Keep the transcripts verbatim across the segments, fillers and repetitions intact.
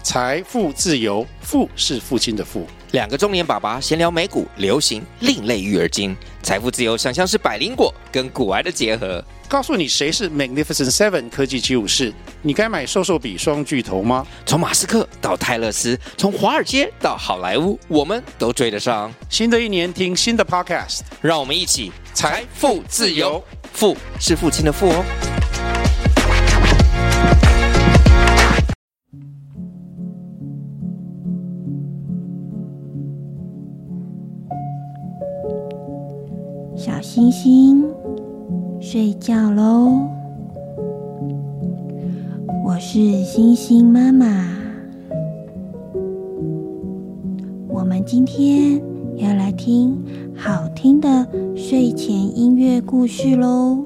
财富自由，富是父亲的富。 两个中年爸爸闲聊美股、流行、另类育儿经。财富自由想象是百灵果跟股癌的结合。 告诉你谁是 Magnificent Seven 科技七武士，你该买瘦瘦比双巨头吗？ 从马斯克到泰勒斯，从华尔街到好莱坞，我们都追得上。 新的一年听新的 Podcast， 让我们一起财富自由， 富是父亲的富哦。 小星星睡觉喽，我是星星妈妈。我们今天要来听好听的睡前音乐故事喽。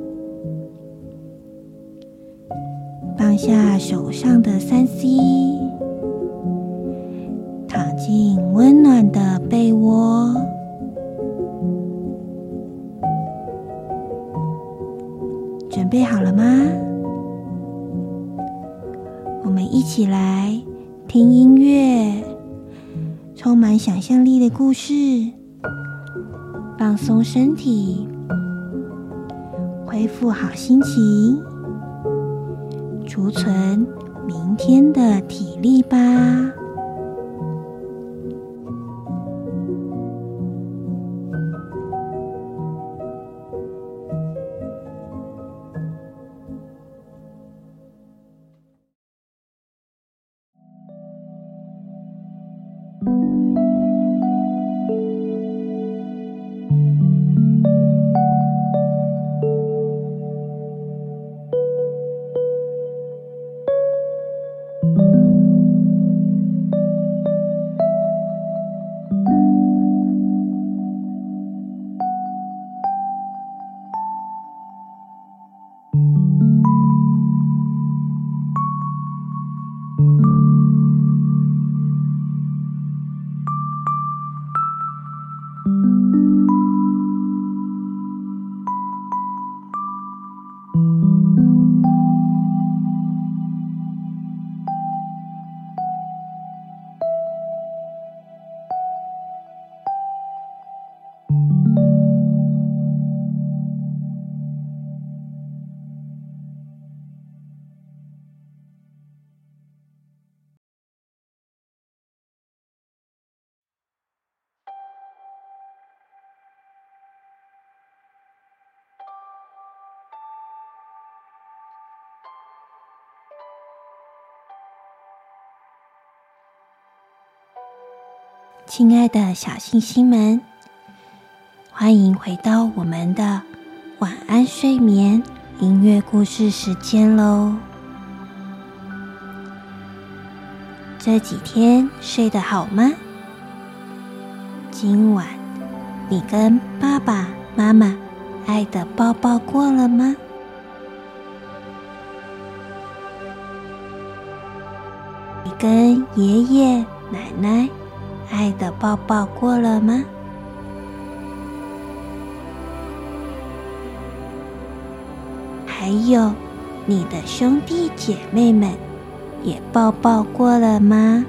放下手上的 三 C， 躺进温暖的被窝。准备好了吗？我们一起来听音乐，充满想象力的故事，放松身体，恢复好心情，储存明天的体力吧。亲爱的小星星们，欢迎回到我们的晚安睡眠音乐故事时间咯。这几天睡得好吗？今晚你跟爸爸妈妈爱的抱抱过了吗？你跟爷爷奶奶爱的抱抱过了吗？还有你的兄弟姐妹们也抱抱过了吗？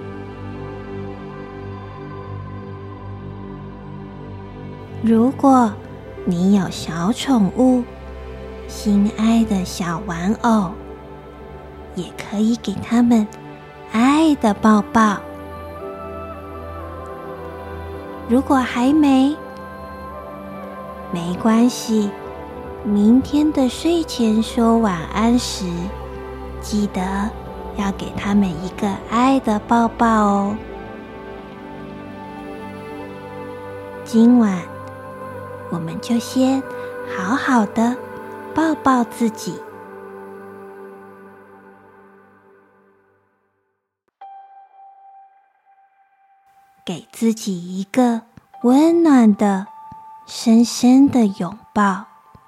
如果你有小宠物，心爱的小玩偶，也可以给他们爱的抱抱。如果还没，没关系，明天的睡前说晚安时，记得要给他们一个爱的抱抱哦。今晚我们就先好好的抱抱自己，给自己一个温暖的、深深的拥抱。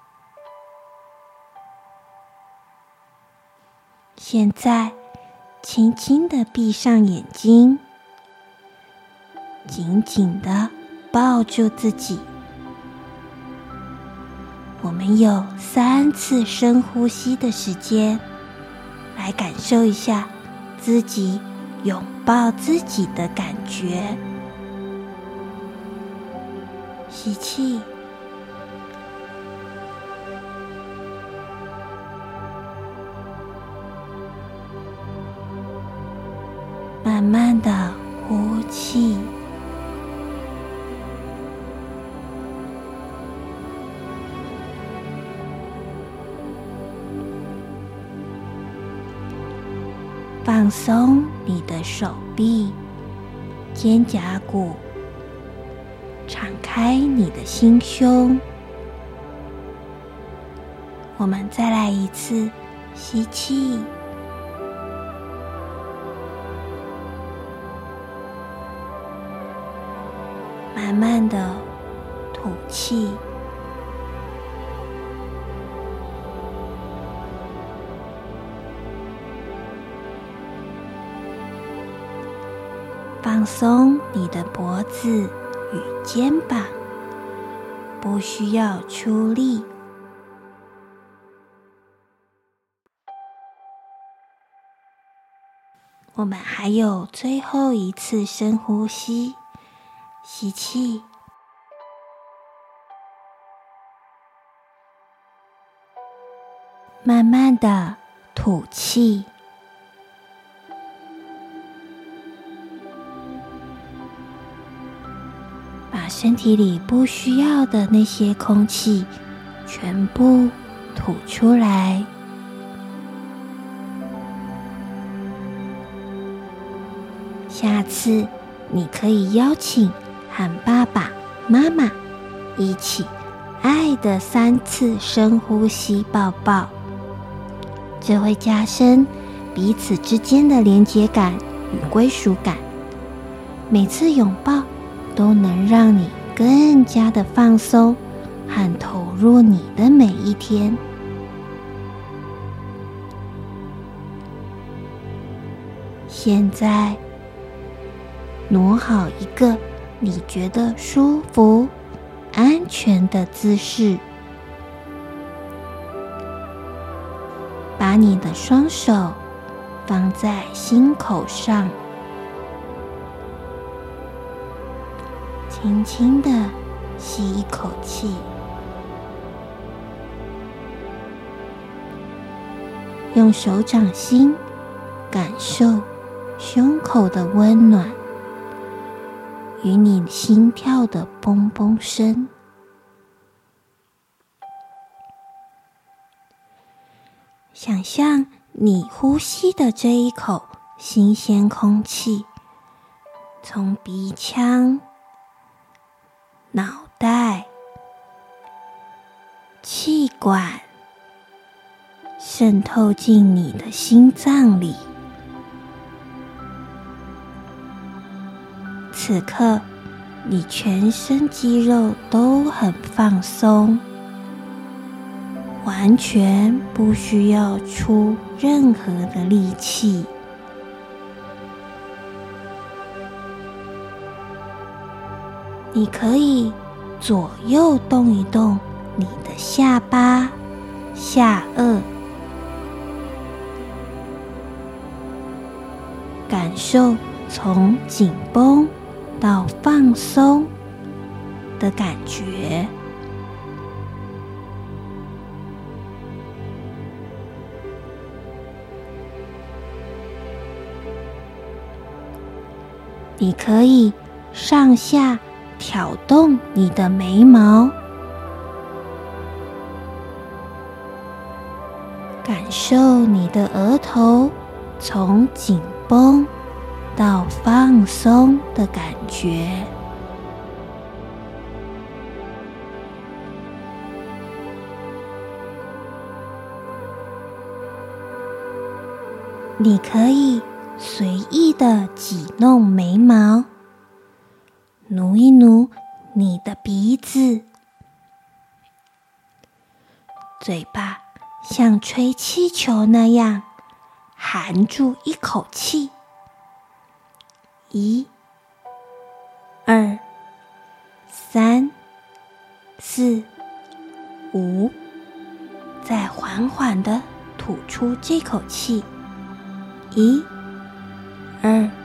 现在，轻轻地闭上眼睛，紧紧地抱住自己。我们有三次深呼吸的时间，来感受一下自己拥抱自己的感觉。吸气，慢慢的呼气，放松你的手臂、肩胛骨，敞开你的心胸。我们再来一次，吸气，慢慢的吐气，放松你的脖子与肩膀，不需要出力。我们还有最后一次深呼吸，吸气，慢慢的吐气。把身体里不需要的那些空气全部吐出来。下次你可以邀请和爸爸妈妈一起爱的三次深呼吸抱抱，这会加深彼此之间的连结感与归属感。每次拥抱都能让你更加的放松和投入你的每一天。现在挪好一个你觉得舒服、安全的姿势，把你的双手放在心口上，轻轻地吸一口气，用手掌心感受胸口的温暖与你心跳的嘣嘣声。想象你呼吸的这一口新鲜空气，从鼻腔、脑袋、气管渗透进你的心脏里。此刻，你全身肌肉都很放松，完全不需要出任何的力气。你可以左右动一动你的下巴、下颚，感受从紧绷到放松的感觉。你可以上下挑动你的眉毛，感受你的额头从紧绷到放松的感觉。你可以随意的挤弄眉毛，努一努你的鼻子，嘴巴像吹气球那样含住一口气，一、二、三、四、五，再缓缓地吐出这口气，一、二、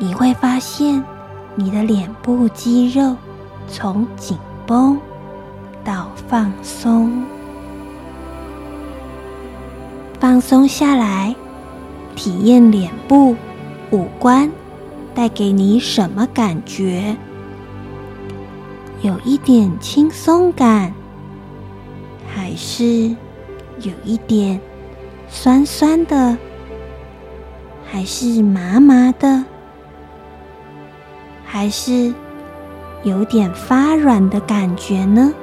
你会发现你的脸部肌肉从紧绷到放松，放松下来，体验脸部五官带给你什么感觉？有一点轻松感，还是有一点酸酸的，还是麻麻的，还是有点发软的感觉呢？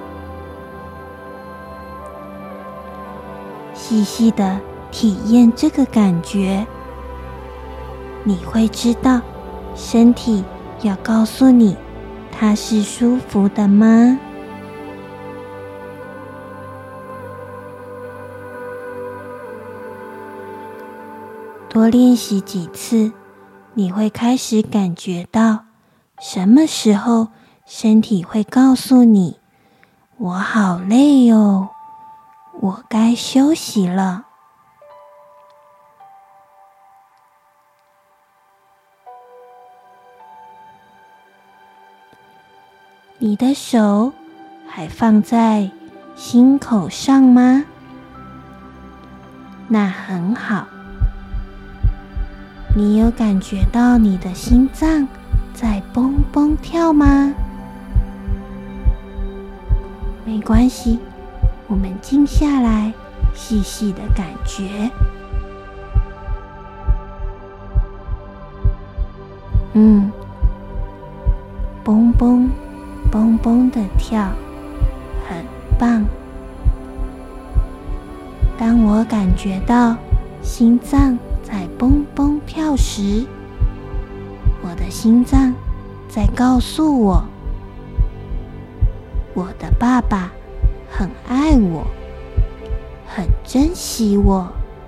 细细的体验这个感觉，你会知道身体要告诉你它是舒服的吗？多练习几次，你会开始感觉到什么时候身体会告诉你，我好累哦，我该休息了。你的手还放在心口上吗？那很好。你有感觉到你的心脏在蹦蹦跳吗？没关系，我们静下来，细细的感觉。嗯，蹦蹦蹦蹦的跳，很棒。当我感觉到心脏在蹦蹦跳时，我的心脏在告诉我，我的爸爸很爱我，很珍惜我。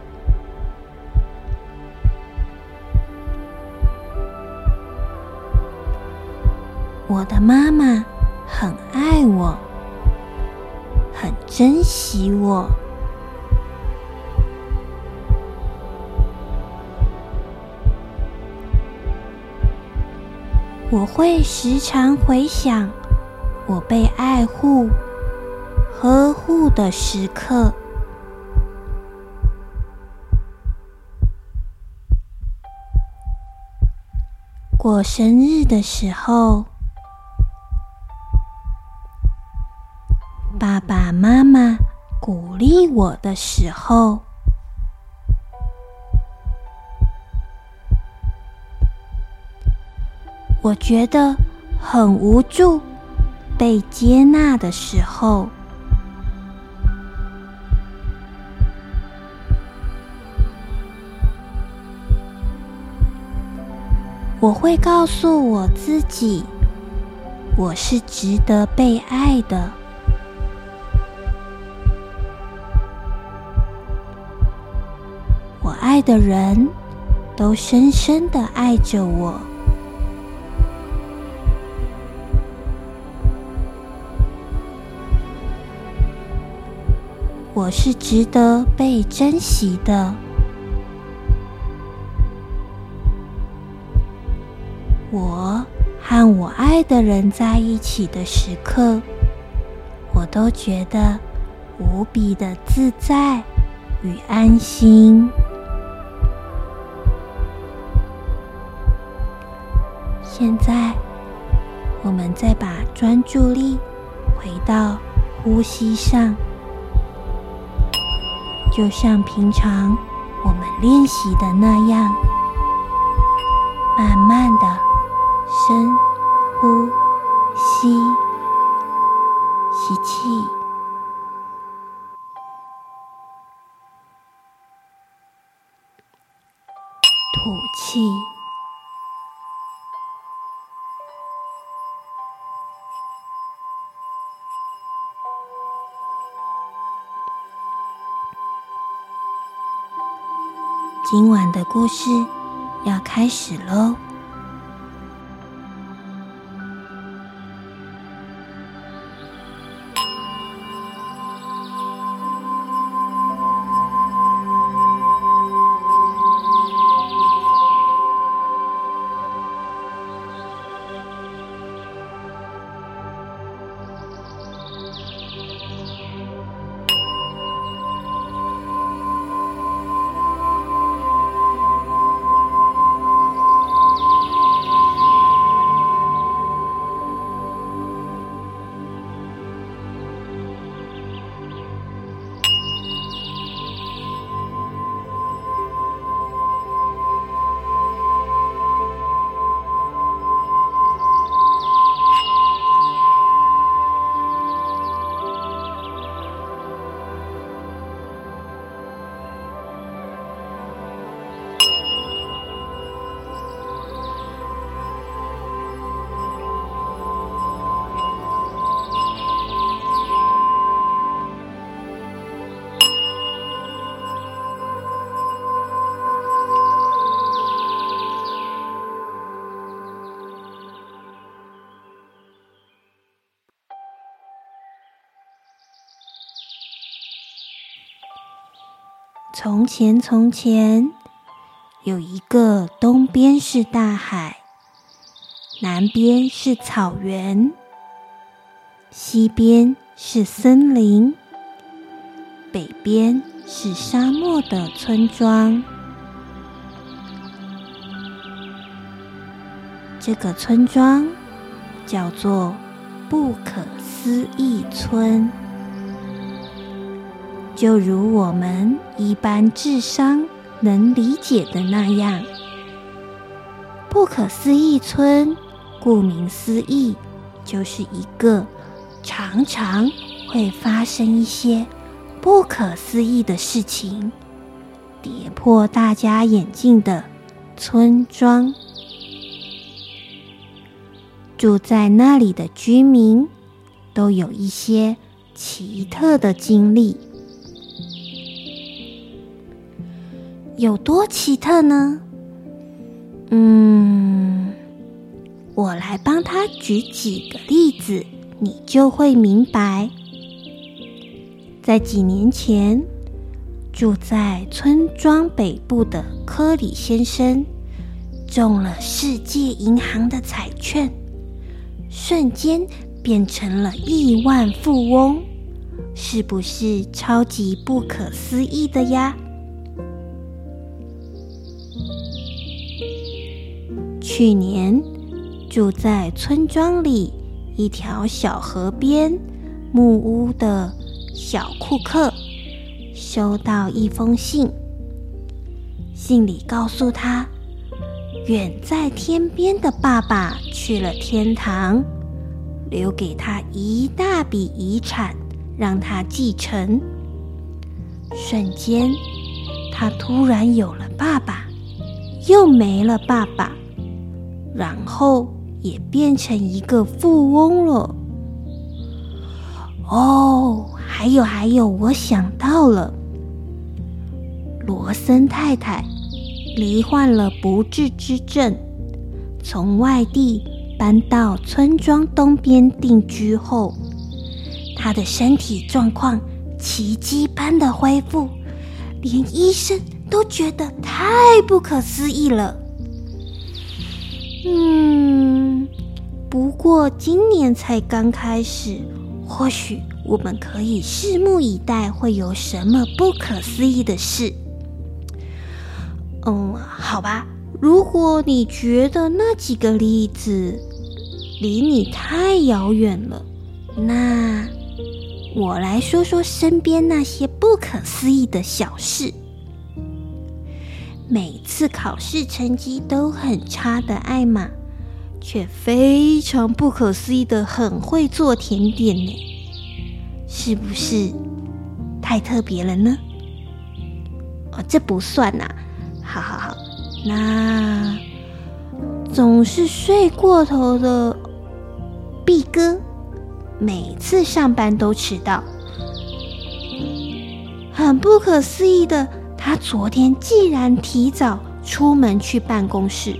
我的妈妈很爱我，很珍惜我。我会时常回想我被爱护、呵护的时刻。过生日的时候，爸爸妈妈鼓励我的时候，我觉得很无助，被接纳的时候，我会告诉我自己，我是值得被爱的。我爱的人都深深地爱着我。我是值得被珍惜的。我和我爱的人在一起的时刻，我都觉得无比的自在与安心。现在，我们再把专注力回到呼吸上，就像平常我们练习的那样，慢慢的深呼吸，吸气，吐气。今晚的故事要开始喽。 从前从前，有一个东边是大海，南边是草原，西边是森林，北边是沙漠的村庄。这个村庄叫做不可思议村。就如我们一般智商能理解的那样，不可思议村顾名思义，就是一个常常会发生一些不可思议的事情，跌破大家眼镜的村庄。住在那里的居民都有一些奇特的经历。有多奇特呢？嗯，我来帮他举几个例子，你就会明白。在几年前，住在村庄北部的科里先生中了世界银行的彩券，瞬间变成了亿万富翁，是不是超级不可思议的呀？去年，住在村庄里一条小河边木屋的小库克收到一封信，信里告诉他，远在天边的爸爸去了天堂，留给他一大笔遗产让他继承。瞬间，他突然有了爸爸，又没了爸爸，然后也变成一个富翁了。哦，还有还有，我想到了，罗森太太罹患了不治之症，从外地搬到村庄东边定居后，她的身体状况奇迹般的恢复，连医生都觉得太不可思议了。嗯，不过今年才刚开始，或许我们可以拭目以待，会有什么不可思议的事。嗯，好吧，如果你觉得那几个例子离你太遥远了，那我来说说身边那些不可思议的小事。每次考试成绩都很差的艾玛，却非常不可思议的很会做甜点呢，是不是太特别了呢？哦，这不算啊。好好好，那总是睡过头的毕哥，每次上班都迟到。很不可思议的，他昨天竟然提早出门去办公室。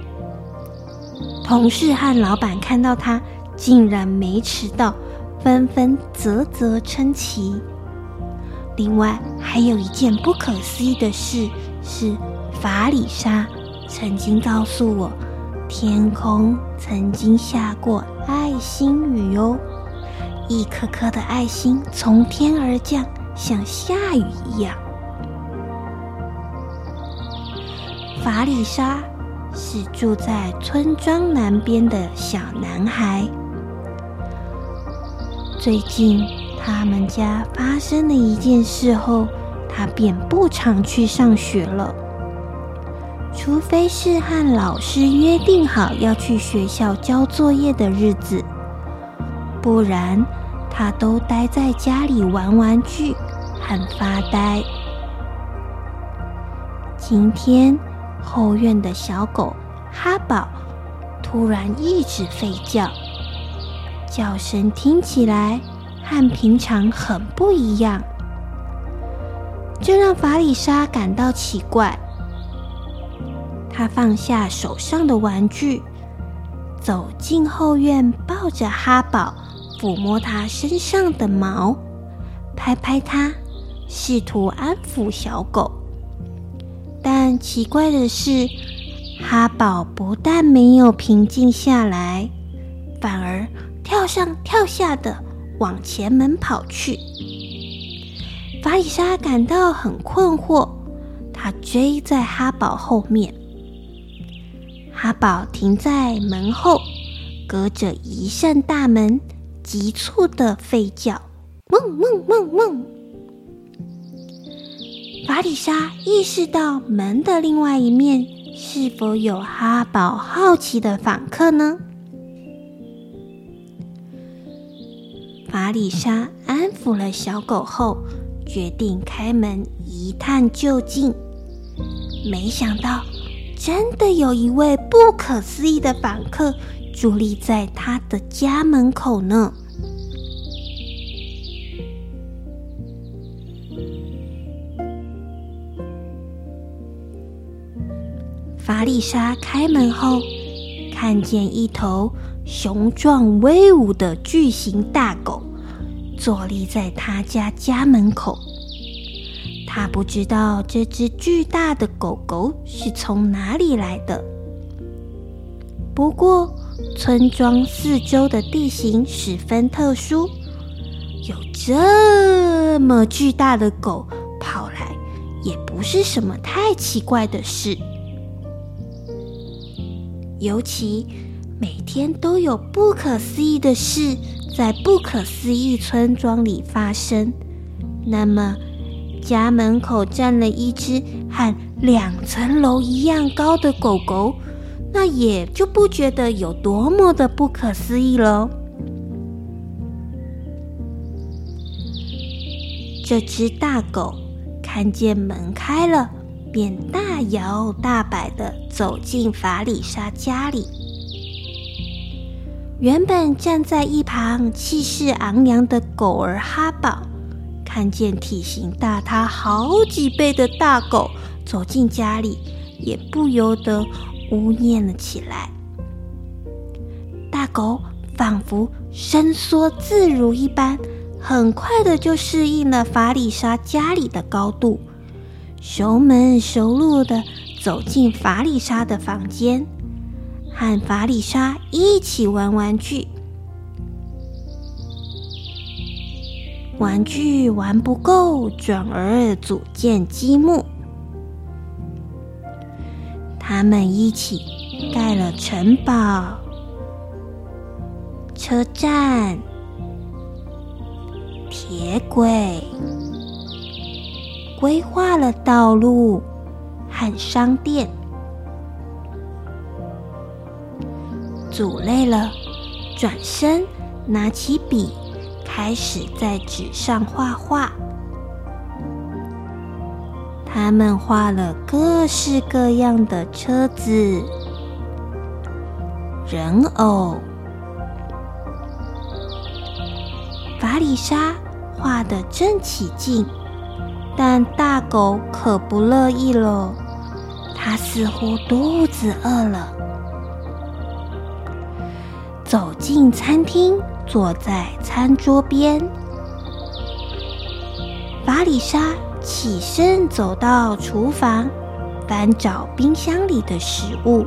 同事和老板看到他竟然没迟到，纷纷啧啧称奇。另外还有一件不可思议的事，是法里莎曾经告诉我，天空曾经下过爱心雨哦，一颗颗的爱心从天而降，像下雨一样。法里莎是住在村庄南边的小男孩。最近他们家发生了一件事后，他便不常去上学了，除非是和老师约定好要去学校交作业的日子，不然他都待在家里玩玩具和发呆。今天后院的小狗哈宝突然一直吠叫，叫声听起来和平常很不一样，这让法里莎感到奇怪。她放下手上的玩具，走进后院，抱着哈宝，抚摸他身上的毛，拍拍他， 试图安抚小狗。但奇怪的是，哈宝不但没有平静下来，反而跳上跳下的往前门跑去。法里莎感到很困惑，她追在哈宝后面。哈宝停在门后，隔着一扇大门，急促的吠叫，嗡嗡嗡嗡。法里莎意识到门的另外一面是否有哈宝好奇的访客呢？法里莎安抚了小狗后，决定开门一探究竟。没想到，真的有一位不可思议的访客伫立在他的家门口呢。法里莎开门后，看见一头雄壮威武的巨型大狗坐立在他家家门口。他不知道这只巨大的狗狗是从哪里来的。不过，村庄四周的地形十分特殊，有这么巨大的狗跑来，也不是什么太奇怪的事。尤其每天都有不可思议的事在不可思议村庄里发生，那么家门口站了一只和两层楼一样高的狗狗，那也就不觉得有多么的不可思议了。这只大狗看见门开了，便大摇大摆地走进法里莎家里。原本站在一旁气势昂扬的狗儿哈宝，看见体型大他好几倍的大狗走进家里，也不由得呜咽了起来。大狗仿佛伸缩自如一般，很快的就适应了法里莎家里的高度，熟门熟路的走进法里莎的房间，和法里莎一起玩玩具。玩具玩不够，转而组建积木。他们一起盖了城堡、车站、铁轨，规划了道路和商店。组累了，转身拿起笔，开始在纸上画画。他们画了各式各样的车子、人偶。法里莎画得正起劲，但大狗可不乐意了，它似乎肚子饿了。走进餐厅，坐在餐桌边。法里莎起身走到厨房，翻找冰箱里的食物。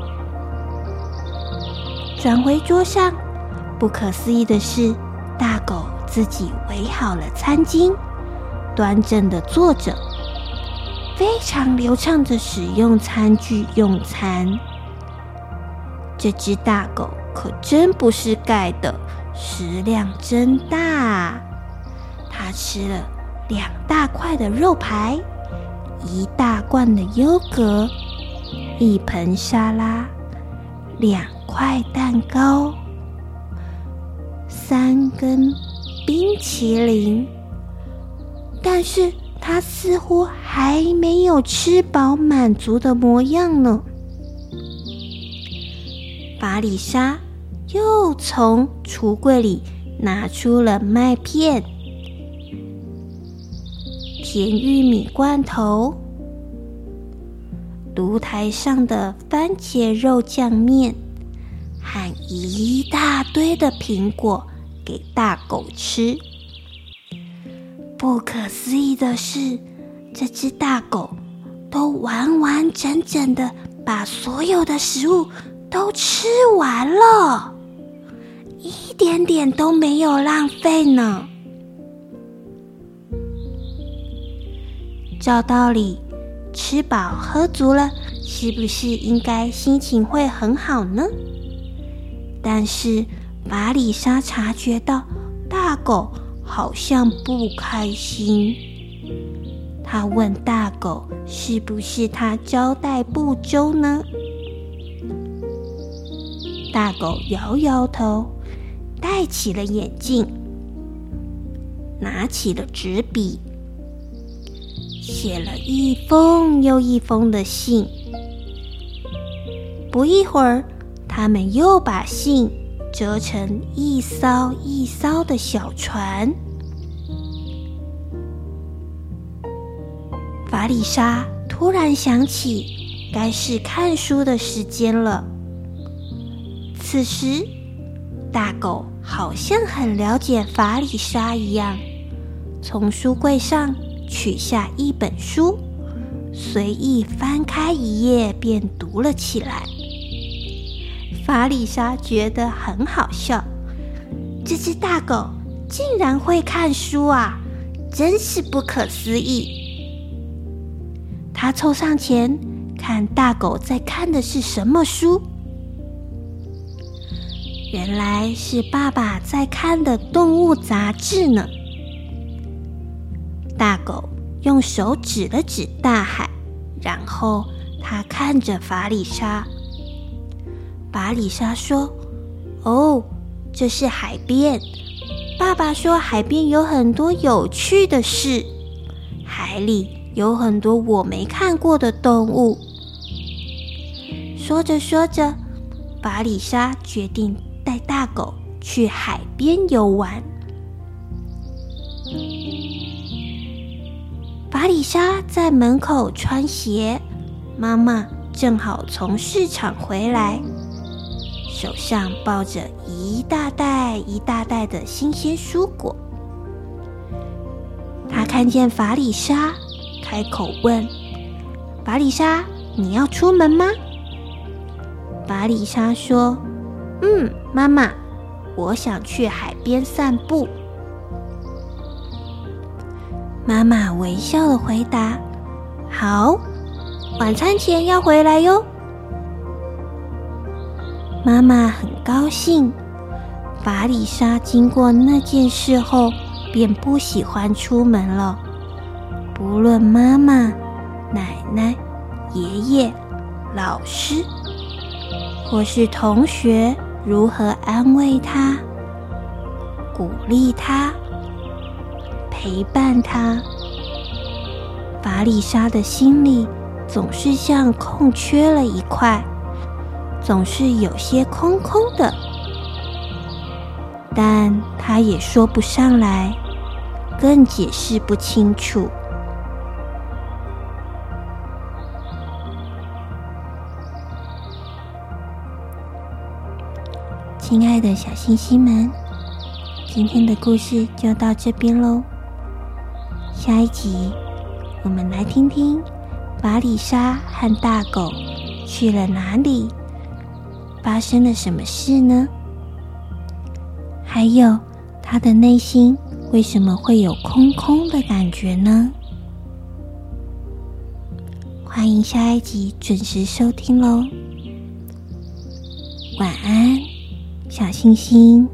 转回桌上，不可思议的是，大狗自己围好了餐巾，端正地坐着，非常流畅地使用餐具用餐。这只大狗可真不是盖的，食量真大。它吃了两大块的肉排，一大罐的优格，一盆沙拉，两块蛋糕，三根冰淇淋。但是它似乎还没有吃饱满足的模样呢。法里莎又从橱柜里拿出了麦片、甜玉米罐头、炉台上的番茄肉酱面和一大堆的苹果给大狗吃。 不可思议的是，这只大狗都完完整整的把所有的食物都吃完了，一点点都没有浪费呢。照道理，吃饱喝足了，是不是应该心情会很好呢？但是法里莎察觉到大狗好像不开心，他问大狗是不是他交代不周呢？大狗摇摇头，戴起了眼镜，拿起了纸笔，写了一封又一封的信。不一会儿，他们又把信折成一艘一艘的小船。法里莎突然想起，该是看书的时间了。此时，大狗好像很了解法里莎一样，从书柜上取下一本书，随意翻开一页便读了起来。法里莎觉得很好笑，这只大狗竟然会看书啊，真是不可思议。他凑上前看大狗在看的是什么书，原来是爸爸在看的动物杂志呢。大狗用手指了指大海，然后他看着法里莎。法里莎说：“哦，这是海边。爸爸说海边有很多有趣的事，海里有很多我没看过的动物。”说着说着，法里莎决定带大狗去海边游玩。法里莎在门口穿鞋，妈妈正好从市场回来，手上抱着一大袋一大袋的新鲜蔬果。她看见法里莎，开口问：“法里莎，你要出门吗？”法里莎说：“嗯，妈妈，我想去海边散步。”妈妈微笑地回答：“好，晚餐前要回来哟。”妈妈很高兴。法里莎经过那件事后，便不喜欢出门了。不论妈妈、奶奶、爷爷、老师，或是同学如何安慰她、鼓励她、陪伴她，法里莎的心里总是像空缺了一块，总是有些空空的，但她也说不上来，更解释不清楚。亲爱的小星星们，今天的故事就到这边咯。下一集我们来听听法里莎和大狗去了哪里，发生了什么事呢？还有他的内心为什么会有空空的感觉呢？欢迎下一集准时收听咯。晚安，小星星。